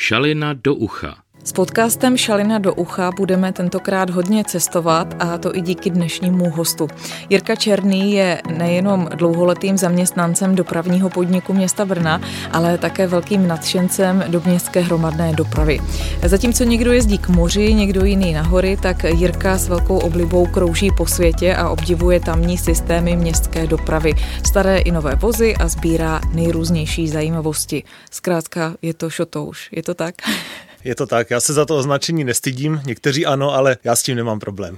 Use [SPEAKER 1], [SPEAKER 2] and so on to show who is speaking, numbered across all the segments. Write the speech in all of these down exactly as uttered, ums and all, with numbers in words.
[SPEAKER 1] Šalina do ucha.
[SPEAKER 2] S podcastem Šalina do ucha budeme tentokrát hodně cestovat, a to i díky dnešnímu hostu. Jirka Černý je nejenom dlouholetým zaměstnancem dopravního podniku města Brna, ale také velkým nadšencem do městské hromadné dopravy. Zatímco někdo jezdí k moři, někdo jiný na hory, tak Jirka s velkou oblibou krouží po světě a obdivuje tamní systémy městské dopravy, staré i nové vozy a sbírá nejrůznější zajímavosti. Zkrátka je to šotouš, je to tak?
[SPEAKER 3] Je to tak, já se za to označení nestydím, někteří ano, ale já s tím nemám problém.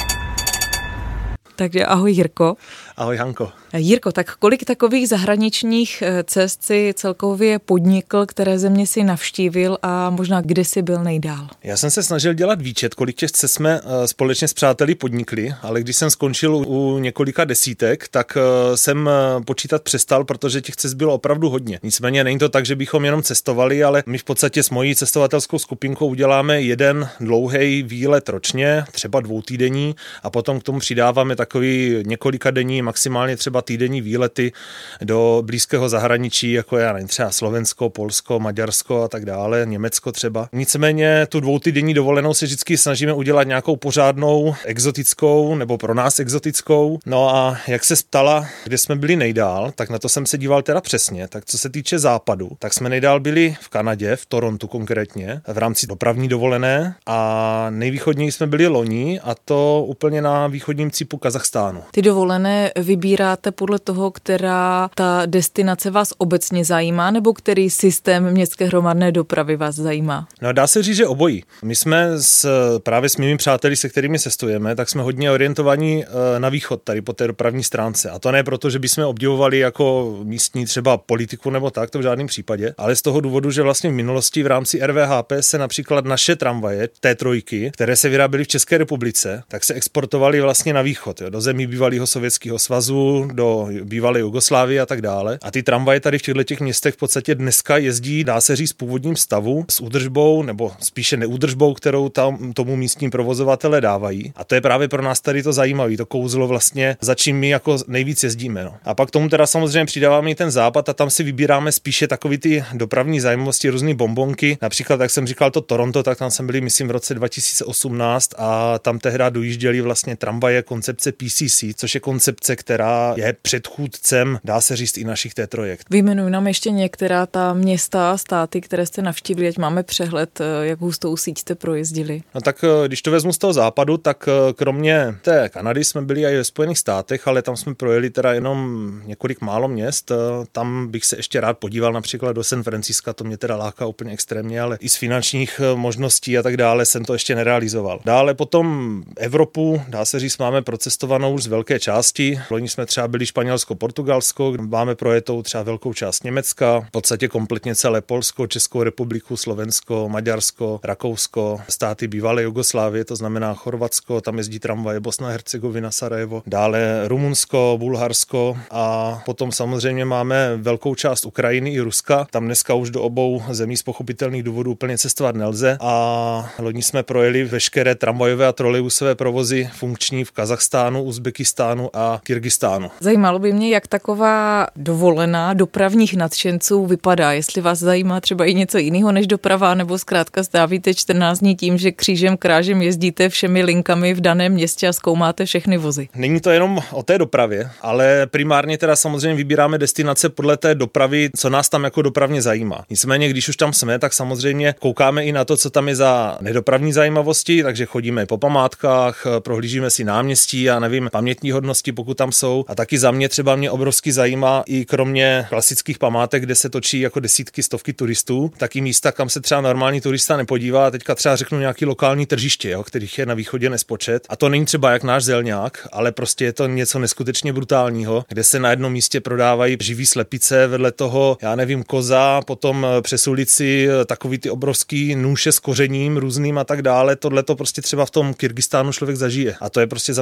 [SPEAKER 2] Takže ahoj Jirko.
[SPEAKER 3] Ahoj Hanko.
[SPEAKER 2] Jirko, tak kolik takových zahraničních cest si celkově podnikl, které země si navštívil a možná kde jsi byl nejdál?
[SPEAKER 3] Já jsem se snažil dělat výčet, kolik těch cest jsme společně s přáteli podnikli, ale když jsem skončil u několika desítek, tak jsem počítat přestal, protože těch cest bylo opravdu hodně. Nicméně není to tak, že bychom jenom cestovali, ale my v podstatě s mojí cestovatelskou skupinkou uděláme jeden dlouhý výlet ročně, třeba dvoutýdenní, a potom k tomu přidáváme takový několika denní, maximálně třeba týdenní výlety do blízkého zahraničí, jako je třeba Slovensko, Polsko, Maďarsko a tak dále, Německo třeba. Nicméně tu dvoutýdenní dovolenou se vždycky snažíme udělat nějakou pořádnou, exotickou nebo pro nás exotickou. No a jak se ptala, kde jsme byli nejdál, tak na to jsem se díval teda přesně. Tak co se týče západu, tak jsme nejdál byli v Kanadě, v Torontu konkrétně, v rámci dopravní dovolené, a nejvýchodněji jsme byli loni, a to úplně na východním cípu Kazachstánu.
[SPEAKER 2] Ty dovolené vybíráte podle toho, která ta destinace vás obecně zajímá, nebo který systém městské hromadné dopravy vás zajímá?
[SPEAKER 3] No, dá se říct, že obojí. My jsme s, právě s mými přáteli, se kterými cestujeme, tak jsme hodně orientovaní na východ tady po té dopravní stránce. A to ne proto, že bychom obdivovali jako místní třeba politiku nebo tak, to v žádném případě, ale z toho důvodu, že vlastně v minulosti v rámci R V H P se například naše tramvaje, té trojky, které se vyráběly v České republice, tak se exportovaly vlastně na východ, jo, do zemí bývalého Sovětského svazu, do bývalé Jugoslávie a tak dále. A ty tramvaje tady v těchto těch městech v podstatě dneska jezdí, dá se říct, v původním stavu, s údržbou nebo spíše neúdržbou, kterou tam tomu místním provozovatele dávají. A to je právě pro nás tady to zajímavé, to kouzlo vlastně, za čím my jako nejvíc jezdíme. No. A pak tomu teda samozřejmě přidáváme i ten západ, a tam si vybíráme spíše takový ty dopravní zajímavosti, různý bonbonky. Například, jak jsem říkal, to Toronto, tak tam jsme byli, myslím, v roce dva tisíce osmnáct, a tam tehdy dojížděli vlastně tramvaje koncepce P C C, což je koncepce, která je předchůdcem, dá se říct, i našich té trojek.
[SPEAKER 2] Vyjmenuj nám ještě některá ta města a státy, které jste navštívili, ať máme přehled, jak hustou síť jste projezdili.
[SPEAKER 3] No tak když to vezmu z toho západu, tak kromě té Kanady jsme byli i ve Spojených státech, ale tam jsme projeli teda jenom několik málo měst. Tam bych se ještě rád podíval například do San Franciska, to mě teda láká úplně extrémně, ale i z finančních možností a tak dále jsem to ještě nerealizoval. Dále potom Evropu, dá se říct, máme procestovanou už z velké části. Loni jsme třeba byli Španělsko, Portugalsko, máme projetou třeba velkou část Německa, v podstatě kompletně celé Polsko, Českou republiku, Slovensko, Maďarsko, Rakousko, státy bývalé Jugoslávie, to znamená Chorvatsko, tam jezdí tramvaje, Bosna a Hercegovina, Sarajevo, dále Rumunsko, Bulharsko, a potom samozřejmě máme velkou část Ukrajiny i Ruska. Tam dneska už do obou zemí z pochopitelných důvodů úplně cestovat nelze, a loni jsme projeli veškeré tramvajové a trolejbusové provozy funkční v Kazachstánu, Uzbekistánu a Kyrgyzstánu.
[SPEAKER 2] Zajímalo by mě, jak taková dovolená dopravních nadšenců vypadá, jestli vás zajímá třeba i něco jiného než doprava, nebo zkrátka strávíte čtrnáct dní tím, že křížem krážem jezdíte všemi linkami v daném městě a zkoumáte všechny vozy.
[SPEAKER 3] Není to jenom o té dopravě, ale primárně teda samozřejmě vybíráme destinace podle té dopravy, co nás tam jako dopravně zajímá. Nicméně, když už tam jsme, tak samozřejmě koukáme i na to, co tam je za nedopravní zajímavosti, takže chodíme po památkách, prohlížíme si náměstí a nevím, pamětní hodnosti, pokud tam jsou. A taky za mě třeba mě obrovsky zajímá i kromě klasických památek, kde se točí jako desítky, stovky turistů, taky místa, kam se třeba normální turista nepodívá. A teďka třeba řeknu nějaký lokální tržiště, jo, kterých je na východě nespočet. A to není třeba jak náš Zelňák, ale prostě je to něco neskutečně brutálního, kde se na jednom místě prodávají živý slepice, vedle toho, já nevím, koza, potom přes ulici takový ty obrovský nůše s kořením různým a tak dále. Tohle to prostě třeba v tom Kyrgyzstánu člověk zažije. A to je prostě za mě úplně úžasné.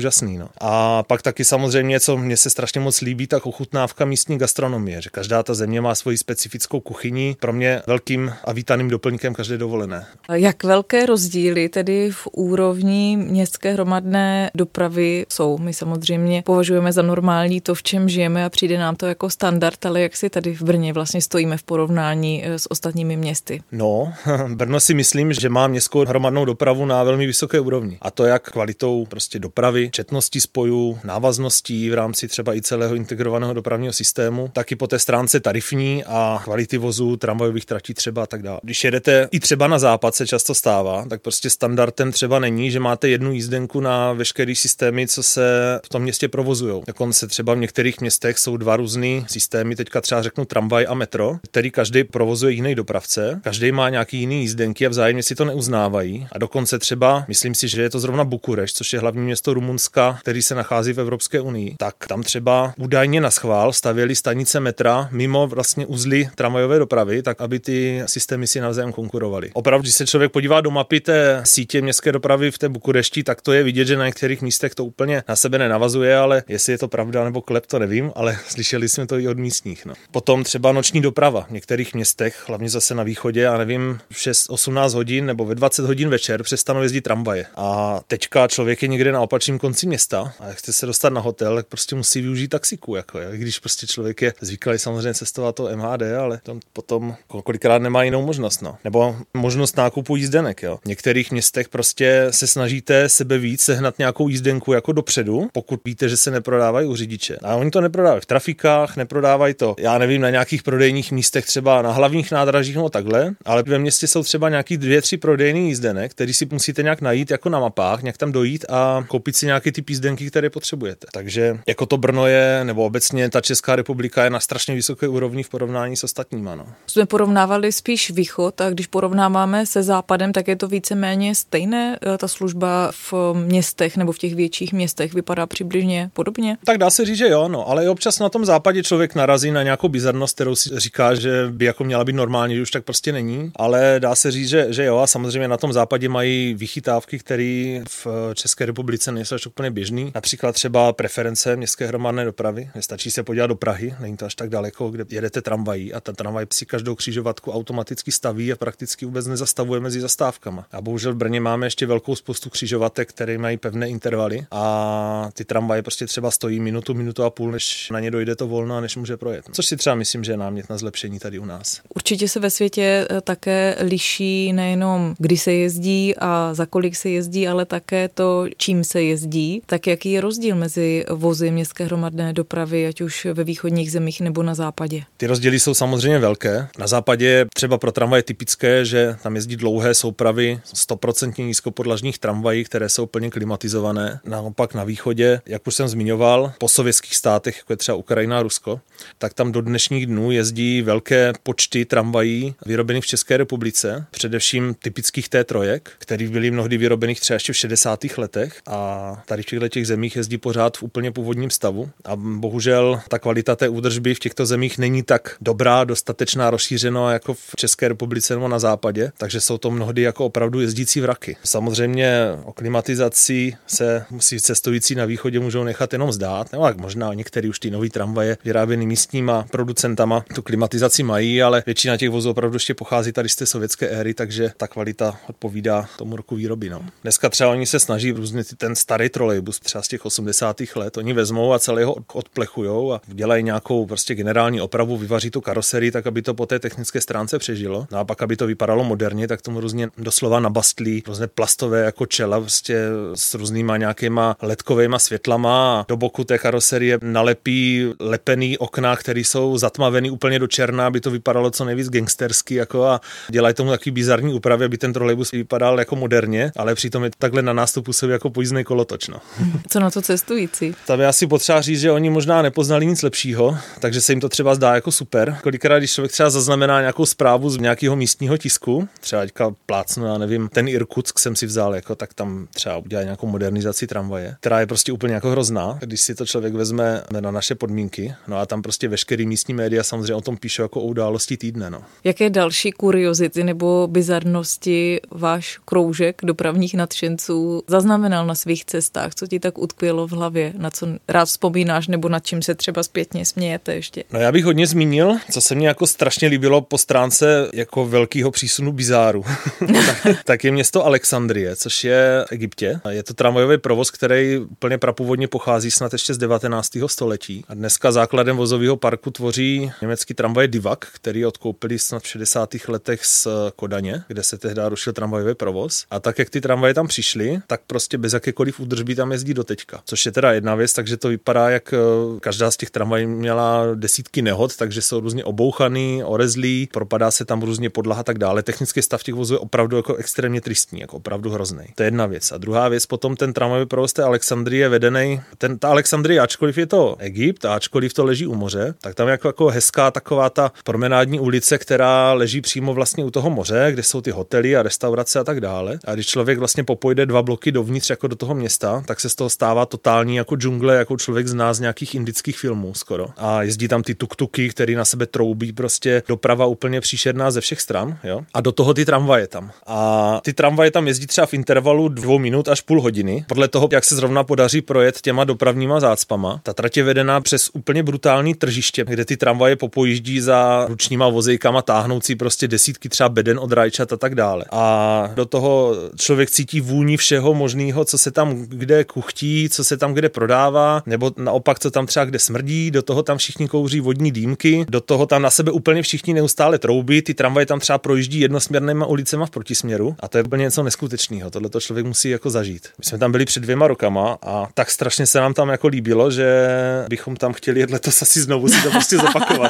[SPEAKER 3] úžasný. No. A pak taky samozřejmě, co mně se strašně moc líbí, tak ochutnávka místní gastronomie, že každá ta země má svoji specifickou kuchyni, pro mě velkým a vítaným doplňkem každé dovolené.
[SPEAKER 2] Jak velké rozdíly tedy v úrovni městské hromadné dopravy jsou? My samozřejmě považujeme za normální to, v čem žijeme a přijde nám to jako standard, ale jak si tady v Brně vlastně stojíme v porovnání s ostatními městy?
[SPEAKER 3] No, Brno si myslím, že má městskou hromadnou dopravu na velmi vysoké úrovni. A to jak kvalitou prostě dopravy, četností spojů, návazností v rámci třeba i celého integrovaného dopravního systému, tak i po té stránce tarifní a kvality vozů, tramvajových tratí třeba a tak dále. Když jedete i třeba na západ, se často stává, tak prostě standardem třeba není, že máte jednu jízdenku na veškerý systémy, co se v tom městě provozujou. Dokonce třeba v některých městech jsou dva různý systémy, teďka třeba řeknu tramvaj a metro, který každý provozuje jiný dopravce, každý má nějaký jiný jízdenky a vzájemně si to neuznávají. A dokonce třeba, myslím si, že je to zrovna Bukurešť, což je hlavní město Rumunska, který se nachází v Evropské unii, tak tam třeba údajně na schvál stavěli stanice metra mimo vlastně uzly tramvajové dopravy, tak aby ty systémy si navzájem konkurovaly. Opravdu, když se člověk podívá do mapy té sítě městské dopravy v té Bukurešti, tak to je vidět, že na některých místech to úplně na sebe nenavazuje, ale jestli je to pravda nebo klep, to nevím, ale slyšeli jsme to i od místních. No. Potom třeba noční doprava v některých městech, hlavně zase na východě, a nevím, v šest osmnáct hodin nebo ve dvacet hodin večer přestanou jezdit tramvaje. A teďka člověk je někde na opačném konci města a chce se dostat na hotel, tak prostě musí využít taxiku, jako je. Když prostě člověk je zvyklý samozřejmě cestovat to M H D, ale tam potom kolikrát nemá jinou možnost, no. Nebo možnost nákupu jízdenek, jo. V některých městech prostě se snažíte sebe víc sehnat nějakou jízdenku jako dopředu, pokud víte, že se neprodávají u řidiče. A oni to neprodávají v trafikách, neprodávají to, já nevím, na nějakých prodejních místech, třeba na hlavních nádražích nebo takhle, ale ve městě jsou třeba nějaký dvě, tři prodejní jízdenek, který si musíte nějak najít jako na mapách, nějak tam dojít a koupit si nějaké ty jízdenky, které potřebujete. Takže jako to Brno je, nebo obecně ta Česká republika je na strašně vysoké úrovni v porovnání s ostatníma. No.
[SPEAKER 2] Jsme porovnávali spíš východ a když porovnáváme se západem, tak je to víceméně stejné. Ta služba v městech nebo v těch větších městech vypadá přibližně podobně.
[SPEAKER 3] Tak dá se říct, že jo, no, ale i občas na tom západě člověk narazí na nějakou bizarnost, kterou si říká, že by jako měla být normální, že už tak prostě není, ale dá se říct, že, že jo, a samozřejmě na tom západě mají vychytávky, které v České republice nejsou až úplně běžný. Například třeba preference městské hromadné dopravy. Stačí se podívat do Prahy, není to až tak daleko, kde jedete tramvají a ta tramvaj si každou křižovatku automaticky staví a prakticky vůbec nezastavuje mezi zastávkama. A bohužel v Brně máme ještě velkou spoustu křižovatek, které mají pevné intervaly a ty tramvaje prostě třeba stojí minutu, minutu a půl, než na ně dojde to volno a než může projet. Což si třeba myslím, že je námět na zlepšení tady u nás.
[SPEAKER 2] Určitě se ve světě také liší nejenom kdy se jezdí a za kolik se jezdí, ale také to, čím se jezdí. Tak jaký je rozdíl mezi vozy městské hromadné dopravy, ať už ve východních zemích nebo na západě?
[SPEAKER 3] Ty rozdíly jsou samozřejmě velké. Na západě je třeba pro tramvaje typické, že tam jezdí dlouhé soupravy sto procent nízkopodlažních tramvají, které jsou plně klimatizované. Naopak na východě, jak už jsem zmiňoval, po sovětských státech, jako je třeba Ukrajina a Rusko, tak tam do dnešních dnů jezdí velké počty tramvají vyrobených v České republice, především typických té trojek, které byly mnohdy vyrobených třeba ještě v šedesátých letech a tady v těchto těch zemích jezdí pořád v úplně původním stavu a bohužel ta kvalita té údržby v těchto zemích není tak dobrá, dostatečná, rozšířená jako v České republice nebo na západě, takže jsou to mnohdy jako opravdu jezdící vraky. Samozřejmě o klimatizaci se musí cestující na východě můžou nechat jenom zdát, nebo jak možná některý už ty nový tramvaje vyráběný místníma producentama tu klimatizaci mají, ale většina těch vozů opravdu ještě pochází tady z té sovětské éry, takže ta kvalita odpovídá tomu roku výroby. No. Dneska třeba oni se snaží různě ten starý trolejbus třeba z těch osmdesátých let, oni vezmou a celý ho odplechujou a dělají nějakou prostě generální opravu, vyvaří tu karoserii tak, aby to po té technické stránce přežilo. No a pak, aby to vypadalo moderně, tak tomu různě doslova nabastlí různé plastové jako čela prostě s různýma nějakýma ledkovejma světlama a do boku té karoserie nalepí lepený okna, které jsou zatmavený úplně do černa, aby to vypadalo co nejvíc gangstersky jako a dělají tomu takový bizarní úpravy, aby ten trolejbus vypadal jako moderně, ale přitom je takhle na nás to působí jako pojízdný kolotoč. No.
[SPEAKER 2] Co na to cestující?
[SPEAKER 3] Tam je asi potřeba říct, že oni možná nepoznali nic lepšího, takže se jim to třeba zdá jako super. Kolikrát, když člověk třeba zaznamená nějakou zprávu z nějakého místního tisku, třeba teďka plácnu, já nevím, ten Irkutsk jsem si vzal, jako, tak tam třeba udělá nějakou modernizaci tramvaje, která je prostě úplně jako hrozná, když si to člověk vezme na naše podmínky. No a tam prostě veškerý místní média samozřejmě o tom píšou jako o události týdne. No.
[SPEAKER 2] Jaké další kuriozity nebo bizarnosti váš kroužek dopravních nadšenců zaznamenal na svých cestách? cestách, co ti tak utkvělo v hlavě, na co rád vzpomínáš nebo nad čím se třeba zpětně smějete ještě?
[SPEAKER 3] No já bych hodně zmínil, co se mně jako strašně líbilo po stránce jako velkého přísunu bizáru. tak, tak je město Alexandrie, což je v Egyptě. Je to tramvajový provoz, který úplně prapůvodně pochází snad ještě z devatenáctého století. A dneska základem vozového parku tvoří německý tramvaj Divak, který odkoupili snad v šedesátých letech z Kodaně, kde se tehdy rušil tramvajový provoz. A tak, jak ty tramvaje tam přišly, tak prostě bez jakékoliv údržby tam jezdí do teďka. Což je teda jedna věc, takže to vypadá, jak každá z těch tramvají měla desítky nehod, takže jsou různě obouchaný, orezlý, propadá se tam různě podlaha a tak dále. Technický stav těch vozů je opravdu jako extrémně tristní, jako opravdu hrozný. To je jedna věc. A druhá věc, potom ten tramvajový provoz té Alexandrie vedený. Ten ta Alexandrie, ačkoliv je to Egypt, a ačkoliv to leží u moře, tak tam je jako, jako hezká taková ta promenádní ulice, která leží přímo vlastně u toho moře, kde jsou ty hotely a restaurace a tak dále. A když člověk vlastně popojde dva bloky dovnitř jako do toho města, tak se z toho stává totální jako džungle, jako člověk zná z nějakých indických filmů skoro. A jezdí tam ty tuktuky, který na sebe troubí, prostě doprava úplně příšerná ze všech stran, jo. A do toho ty tramvaje tam. A ty tramvaje tam jezdí třeba v intervalu dvou minut až půl hodiny, podle toho, jak se zrovna podaří projet těma dopravníma zácpama. Ta trať je vedená přes úplně brutální tržiště, kde ty tramvaje popojíždí za ručníma vozejkama táhnoucí prostě desítky třeba beden od rajčat a tak dále. A do toho člověk cítí vůni všeho možného, co se tam kde kuchtí, co se tam kde prodává, nebo naopak, co tam třeba kde smrdí, do toho tam všichni kouří vodní dýmky, do toho tam na sebe úplně všichni neustále troubí, ty tramvaje tam třeba projíždí jednosměrnýma ulicema v protisměru a to je úplně něco neskutečného. Tohle to člověk musí jako zažít. My jsme tam byli před dvěma rokama a tak strašně se nám tam jako líbilo, že bychom tam chtěli jet letos asi znovu si to prostě zopakovat.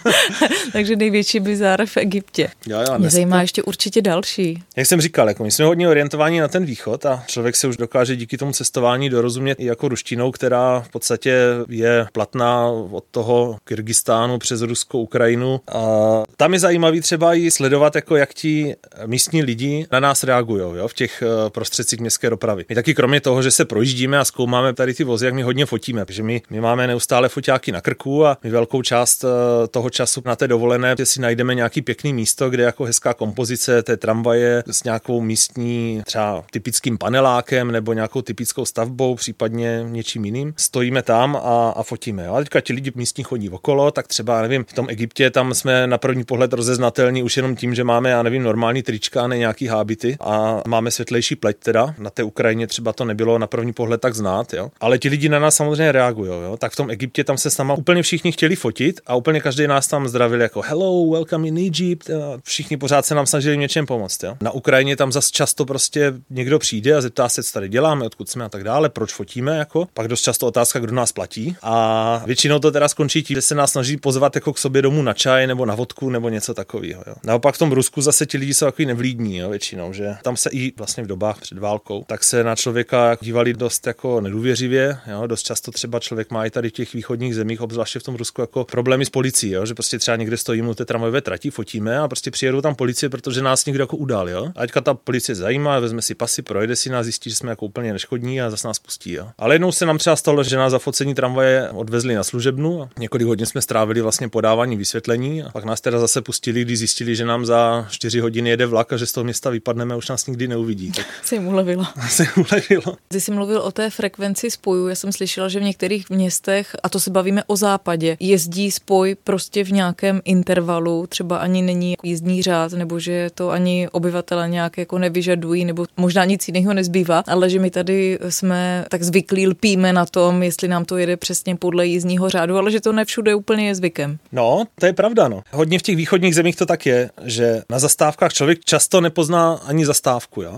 [SPEAKER 2] Takže největší bizár v Egyptě.
[SPEAKER 3] Jo, jo,
[SPEAKER 2] mě zajímá ještě určitě další.
[SPEAKER 3] Jak jsem říkal, jako my jsme hodně orientovaní na ten východ a člověk se už dokáže díky tomu cestování dorozumět i jako ruštinou, která v podstatě je platná od toho Kyrgyzstánu přes Rusko, Ukrajinu. A tam je zajímavý třeba i sledovat, jako jak ti místní lidi na nás reagují, jo, v těch prostředcích městské dopravy. My taky kromě toho, že se projíždíme a zkoumáme tady ty vozy, jak my hodně fotíme, protože my, my máme neustále foťáky na krku a my velkou část toho času na té dovolené si najdeme nějaký pěkný místo, kde jako hezká kompozice té tramvaje s nějakou místní třeba typickým panelákem nebo nějakou typickou stavbou, případně něčím jiným. Stojíme tam a, a fotíme. Jo. A teďka ti lidi místní chodí okolo, tak třeba, nevím, v tom Egyptě tam jsme na první pohled rozeznatelní už jenom tím, že máme, já nevím, normální trička a ne nějaký hábity a máme světlejší pleť teda. Na té Ukrajině třeba to nebylo na první pohled tak znát, jo. Ale ti lidi na nás samozřejmě reagují, jo. Tak v tom Egyptě tam se s náma úplně všichni chtěli fotit a úplně každý nás tam zdravil jako hello, welcome in Egypt. A všichni pořád se nám snažili něčem pomoct, jo. Na Ukrajině tam zas často prostě někdo přijde a zeptá se, co tady děláme, odkud jsme a tak dále, proč fotíme, jako. Pak dost často otázka, kdo nás platí. A většinou to teda skončí tím, že se nás snaží pozvat jako k sobě domů na čaj nebo na vodku nebo něco takového, jo. Naopak v tom Rusku zase ti lidi jsou takový nevlídní, jo, většinou, že tam se i vlastně v dobách před válkou, tak se na člověka dívali dost jako nedůvěřivě, jo. Dost často třeba člověk má i tady v těch východních zemích, obzvláště v tom Rusku, jako problémy s policií, jo, že prostě třeba někde stojíme u té tramvajové trati, fotíme a prostě přijedou tam policie, protože nás někdo jako udal, jo. A teďka ta policie zajímá, vezme si pasy, projede si nás, zjistí, že jsme jako úplně neškodní a zase nás pustí, jo. Ale jednou se nám třeba stalo, že nás za focení tramvaje odvezli na služebnu a několik hodin jsme strávili vlastně podávání vysvětlení a pak nás teda zase pustili, když zjistili, že nám za čtyři hodiny jede vlak a že z toho města vypadneme a už nás nikdy neuvidí. Tak
[SPEAKER 2] se jim ulevilo.
[SPEAKER 3] Se jim ulevilo.
[SPEAKER 2] Ty jsi mluvil o té frekvenci spojů. Já jsem slyšela, že v některých městech, a to se bavíme o západě, jezdí spoj prostě v nějakém intervalu, třeba ani není jízdní řád, nebo že to ani obyvatele nějak jako nevyžadují, nebo možná nic jiného nezbývá, ale že my tady jsme tak zvyklí, lpíme na tom, jestli nám to jede přesně podle jízdního řádu, ale že to ne všude úplně je zvykem.
[SPEAKER 3] No, to je pravda, no. Hodně v těch východních zemích to tak je, že na zastávkách člověk často nepozná ani zastávku, jo.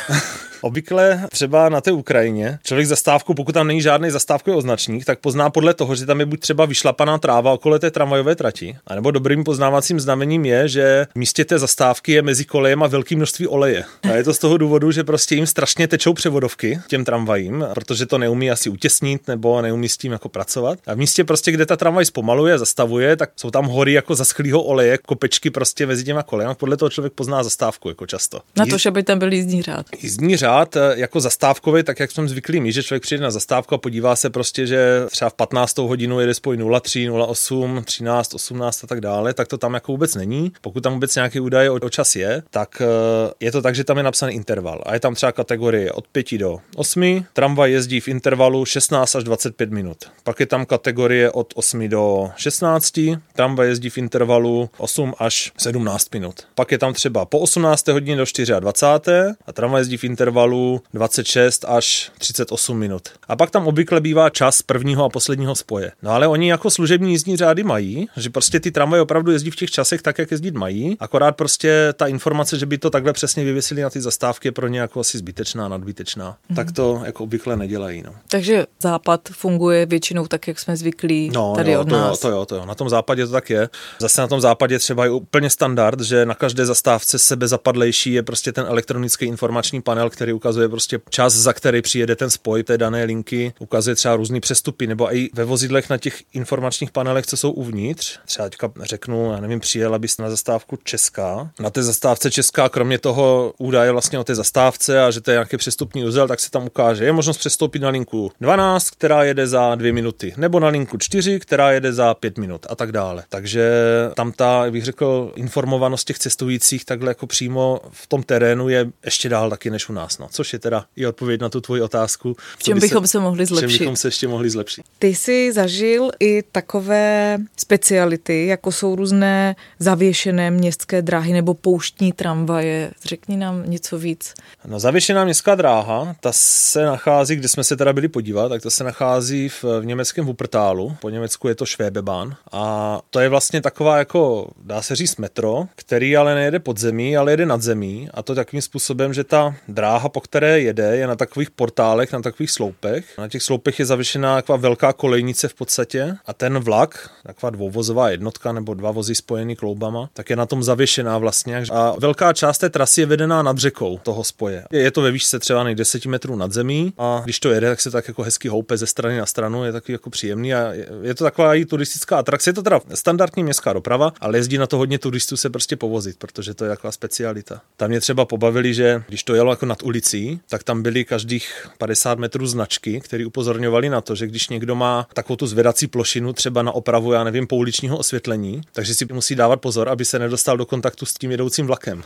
[SPEAKER 3] Obvykle třeba na té Ukrajině člověk zastávku, pokud tam není žádný zastávkový označník, tak pozná podle toho, že tam je buď třeba vyšlapaná tráva okolo té tramvajové trati, anebo dobrým poznávacím znamením je, že v místě té zastávky je mezi kolejem a velké množství oleje. A je to z toho důvodu, že prostě jim strašně tečou převodovky těm tramvajím, protože to neumí asi utěsnit nebo neumí s tím jako pracovat. A v místě prostě, kde ta tramvaj zpomaluje, zastavuje, tak jsou tam hory jako zaschlého oleje, kopečky prostě mezi těma kolejem. Podle toho člověk pozná zastávku jako často.
[SPEAKER 2] Na to, že by tam byl jízdní řád.
[SPEAKER 3] Jízdní řád řád jako zastávkový, tak jak jsme zvyklí my, že člověk přijde na zastávku a podívá se prostě, že třeba v patnáctou hodinu jede spoj nula tři, nula osm, třináct, osmnáct a tak dále, tak to tam jako vůbec není. Pokud tam vůbec nějaký údaj o, o čas je, tak je to tak, že tam je napsaný interval a je tam třeba kategorie od pěti do osmi, tramvaj jezdí v intervalu šestnáct až dvacet pět minut. Pak je tam kategorie od osmi do šestnácti, tramvaj jezdí v intervalu osm až sedmnáct minut. Pak je tam třeba po osmnácté hodině do dvacáté čtvrté a tramvaj jezdí v intervalu dvacet šest až třicet osm minut. A pak tam obvykle bývá čas prvního a posledního spoje. No ale oni jako služební jízdní řády mají, že prostě ty tramvaje opravdu jezdí v těch časech tak, jak jezdit mají, akorát prostě ta informace, že by to takhle přesně vyvěsili na ty zastávky, je pro ně jako asi zbytečná, nadbytečná. Mm. Tak to jako obvykle nedělají. No.
[SPEAKER 2] Takže západ funguje většinou tak, jak jsme zvyklí
[SPEAKER 3] no,
[SPEAKER 2] tady
[SPEAKER 3] jo,
[SPEAKER 2] od
[SPEAKER 3] to
[SPEAKER 2] nás.
[SPEAKER 3] Jo, to jo, to jo. Na tom západě to tak je. Zase na tom západě třeba je úplně standard, že na každé zastávce sebezapadlejší je prostě ten elektronický informační panel, který ukazuje prostě čas, za který přijede ten spoj té dané linky, ukazuje třeba různý přestupy, nebo i ve vozidlech na těch informačních panelech, co jsou uvnitř. Třeba teďka řeknu, já nevím, přijela bys na zastávku Česká. Na té zastávce Česká, kromě toho údaje vlastně o té zastávce a že to je nějaký přestupní uzel, tak se tam ukáže, je možnost přestoupit na linku dvanáct, která jede za dvě minuty, nebo na linku čtyři, která jede za pět minut a tak dále. Takže tam ta, bych řekl, informovanost těch cestujících takhle jako přímo v tom terénu je ještě dál taky než u nás, no. Což je teda i odpověď na tu tvoji otázku.
[SPEAKER 2] V čem bychom se, se mohli zlepšit?
[SPEAKER 3] V čem bychom se ještě mohli zlepšit?
[SPEAKER 2] Ty jsi zažil i takové speciality, jako jsou různé zavěšené městské dráhy nebo pouštní tramvaje. Řekni nám něco víc.
[SPEAKER 3] No, zavěšená městská dráha, ta se nachází, kde jsme se teda byli podívat, tak to se nachází v, v německém Wuppertalu. Po německu je to Schwebebahn. A to je vlastně taková jako, dá se říct, metro, který ale nejede pod zemí, ale jede nad zemí. A to takovým způsobem, že ta dráha, po které jede, je na takových portálech, na takových sloupech. Na těch sloupech je zavěšená taková velká kolejnice v podstatě. A ten vlak, taková dvouvozová jednotka nebo dva vozy spojený kloubama, tak je na tom zavěšená vlastně. A velká část té trasy je vedená nad řekou toho spoje. Je to ve výšce třeba nej deset metrů nad zemí a když to jede, tak se tak jako hezky houpe ze strany na stranu, je taky jako příjemný a je to taková i turistická atrakce. Je to teda standardní městská doprava, ale jezdí na to hodně turistů se prostě povozit, protože to je taková specialita. Tam mě třeba pobavili, že když to jelo jako nad ulicí, tak tam byly každých padesát metrů značky, které upozorňovali na to, že když někdo má takovou tu zvedací plošinu třeba na opravu, já nevím, pouličního osvětlení, takže si musí dávat pozor, aby se nedostal do kontaktu s tím jedoucím vlakem.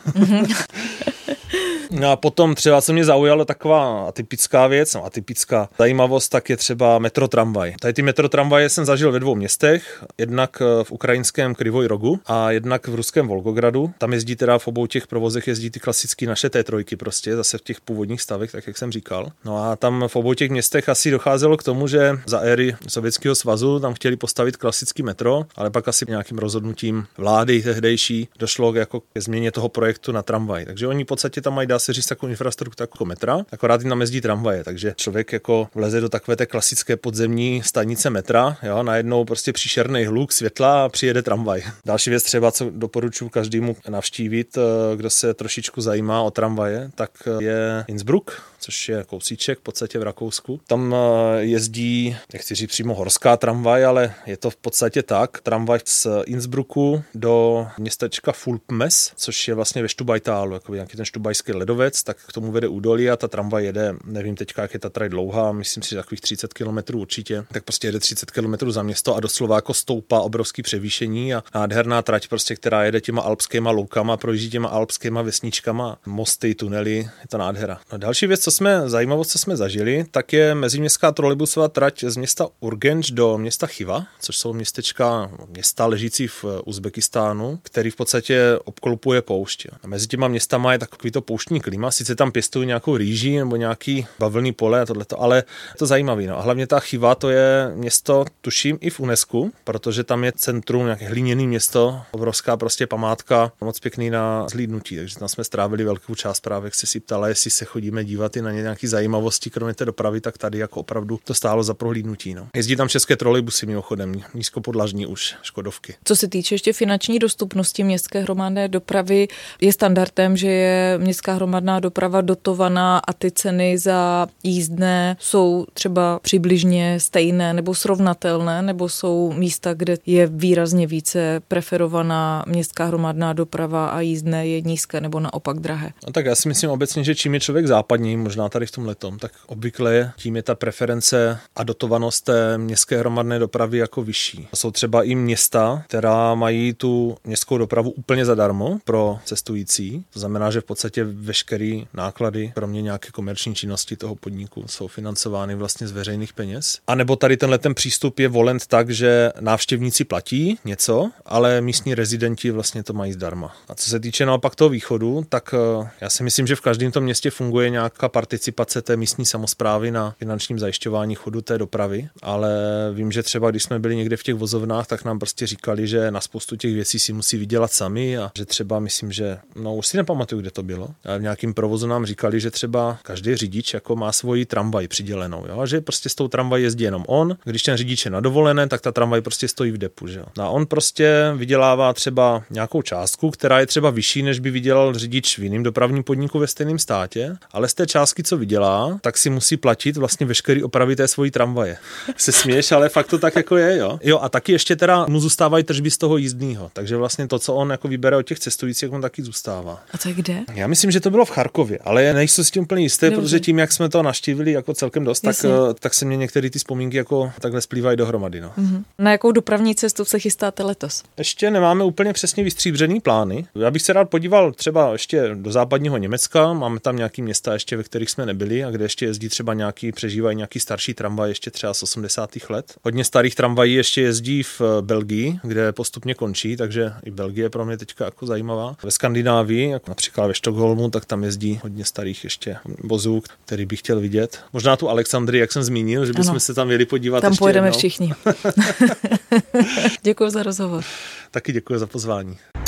[SPEAKER 3] No a potom třeba, co mě zaujalo, taková atypická věc, no atypická zajímavost, tak je třeba metrotramvaj. Tady ty metrotramvaje jsem zažil ve dvou městech, jednak v ukrajinském Krivoj Rogu a jednak v ruském Volgogradu. Tam jezdí teda v obou těch provozech jezdí ty klasické naše té trojky prostě, zase v těch původních stavech, tak jak jsem říkal. No a tam v obou těch městech asi docházelo k tomu, že za éry Sovětského svazu tam chtěli postavit klasický metro, ale pak asi nějakým rozhodnutím vlády tehdejší došlo jako ke změně toho projektu na tramvaj. Takže oni v podstatě tam mají, dá se říct, takovou infrastrukturu jako metra, akorát jim tam jezdí tramvaje, takže člověk jako vleze do takové té klasické podzemní stanice metra, jo, najednou prostě příšerný hluk světla a přijede tramvaj. Další věc třeba, co doporučuji každému navštívit, kdo se trošičku zajímá o tramvaje, tak je Innsbruck, což je kousíček v podstatě v Rakousku. Tam jezdí, nechci říct přímo horská tramvaj, ale je to v podstatě tak, tramvaj z Innsbrucku do městečka Fulpmes, což je vlastně ve Štubajtálu, jako nějaký ten štubajský ledovec, tak k tomu vede údolí a ta tramvaj jede, nevím teďka, jak je ta trať dlouhá, myslím si, že takových třicet kilometrů určitě, tak prostě jede třicet kilometrů za město a doslova jako stoupá obrovský převýšení a nádherná trať prostě, která jede těma alpskýma loukama, projíždí těma alpskýma vesničkama, mosty, tunely, je to nádhera. No další věc, co jsme, zajímavost, co jsme zažili, tak je meziměstská trolejbusová trať z města Urgenč do města Chiva, což jsou městečka, města ležící v Uzbekistánu, který v podstatě obklopuje poušť. A mezi těma městama je takový to pouštní klima, sice tam pěstují nějakou rýži nebo nějaký bavlný pole a tohleto, ale je to zajímavý. No. A hlavně ta Chiva, to je město, tuším, i v UNESCO, protože tam je centrum, nějaké hliněné město, obrovská prostě památka, moc pěkný na zhlídnutí, takže tam jsme strávili velkou část právě, jak jsi si ptala, jestli se chodíme dívat i na nějaké zajímavosti, kromě té dopravy, tak tady jako opravdu to stálo za prohlídnutí. No. Jezdí tam české trolejbusy mimochodem, nízkopodlažní už, Škodovky.
[SPEAKER 2] Co se týče ještě finanční dostupnosti městské hromadné dopravy, je standardem, že je městská hromadná hromadná doprava dotovaná a ty ceny za jízdné jsou třeba přibližně stejné nebo srovnatelné, nebo jsou místa, kde je výrazně více preferovaná městská hromadná doprava a jízdné je nízké nebo naopak drahé?
[SPEAKER 3] No tak já si myslím obecně, že čím je člověk západní, možná tady v tom letom, tak obvykle tím je ta preference a dotovanost té městské hromadné dopravy jako vyšší. Jsou třeba i města, která mají tu městskou dopravu úplně zadarmo pro cestující. To znamená, že v podstatě veškeré náklady, kromě nějaké komerční činnosti toho podniku, jsou financovány vlastně z veřejných peněz. A nebo tady tenhle ten přístup je volen tak, že návštěvníci platí něco, ale místní rezidenti vlastně to mají zdarma. A co se týče naopak toho východu, tak já si myslím, že v každém tom městě funguje nějaká participace té místní samosprávy na finančním zajišťování chodu té dopravy, ale vím, že třeba když jsme byli někde v těch vozovnách, tak nám prostě říkali, že na spoustu těch věcí si musí vydělat sami a že třeba myslím, že no už si nepamatuju, kde to bylo. Ale v nějakém provozu nám říkali, že třeba každý řidič jako má svoji tramvaj přidělenou, jo? A že prostě s tou tramvaj jezdí jenom on. Když ten řidič je na dovolené, tak ta tramvaj prostě stojí v depu, že jo. A on prostě vydělává třeba nějakou částku, která je třeba vyšší, než by vydělal řidič v jiném dopravním podniku ve stejném státě, ale z té částky, co vydělá, tak si musí platit vlastně veškerý opravy té svojí tramvaje. Se směješ, ale fakt to tak jako je, jo. Jo, a taky ještě teda mu zůstávají tržby z toho jízdního. Takže vlastně to, co on jako vybere od těch cestujících, on taky zůstává.
[SPEAKER 2] A to je kde?
[SPEAKER 3] Já myslím, že to bylo v Charkově, ale nejsem s tím úplně jistý, Dobře. Protože tím, jak jsme to navštívili jako celkem dost, tak, tak se mě některé ty vzpomínky jako takhle splývají dohromady. No.
[SPEAKER 2] Mm-hmm. Na jakou dopravní cestu se chystáte letos?
[SPEAKER 3] Ještě nemáme úplně přesně vystříbřený plány. Já bych se rád podíval třeba ještě do západního Německa. Máme tam nějaký města ještě, ve kterých jsme nebyli a kde ještě jezdí třeba nějaký, přežívají nějaký starší tramvaj ještě třeba z osmdesátých let. Hodně starých tramvají ještě jezdí v Belgii, kde postupně končí, takže i Belgie je pro mě teďka jako zajímavá. Ve Skandinávii, jako například ve Stockholmu, tak tam jezdí hodně starých ještě vozů, který bych chtěl vidět. Možná tu Alexandrii, jak jsem zmínil, že bychom ano. se tam měli podívat.
[SPEAKER 2] Tam
[SPEAKER 3] ještě
[SPEAKER 2] pojedeme
[SPEAKER 3] jednou.
[SPEAKER 2] Všichni. Děkuji za rozhovor.
[SPEAKER 3] Taky děkuji za pozvání.